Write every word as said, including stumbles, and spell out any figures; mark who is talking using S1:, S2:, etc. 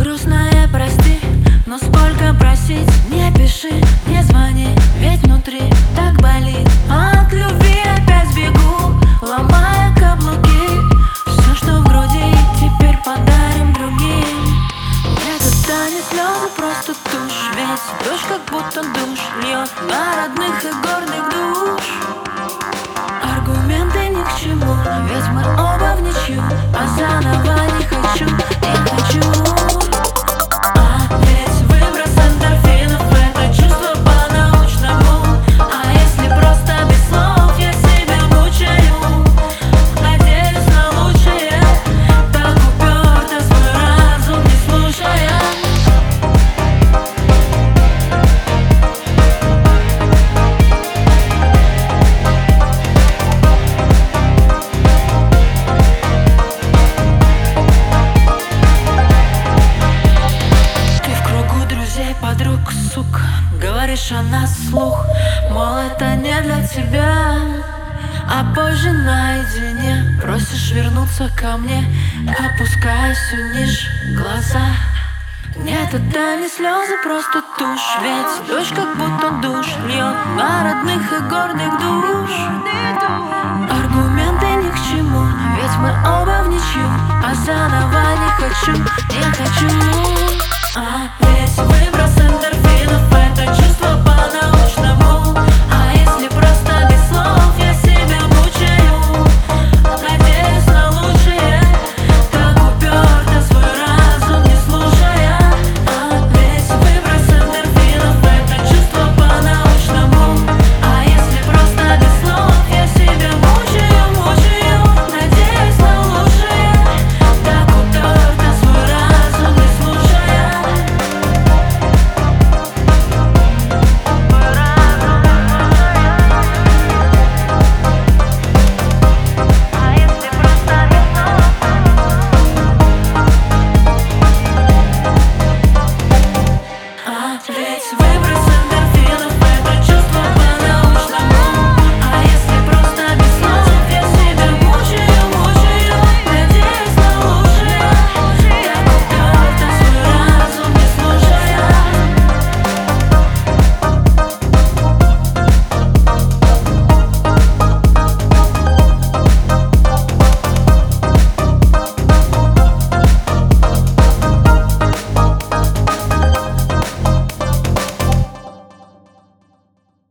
S1: грустное, прости, но сколько просить? Не пиши, не звони, ведь внутри так болит. От любви опять бегу, ломая каблуки. Все, что в груди, теперь подарим другим. Это не слезы, просто тушь, ведь дождь как будто душ льет на родных и гордых душ. Аргументы ни к чему, ведь мы оба в ничью, а заново не хочу, не хочу. А ведь выброс эндорфинов — это чувство по-научному. А если просто без слов я себя мучаю, надеюсь на лучшее, так уперто свой разум не слушая. Подруг, сука, говоришь о нас вслух, мол, это не для тебя. А позже наедине просишь вернуться ко мне, опускаясь все ниже глаза. Нет, это не слезы, просто тушь, ведь дождь как будто душ льет на родных и гордых душ. Аргументы ни к чему, ведь мы оба в ничью, а заново не хочу.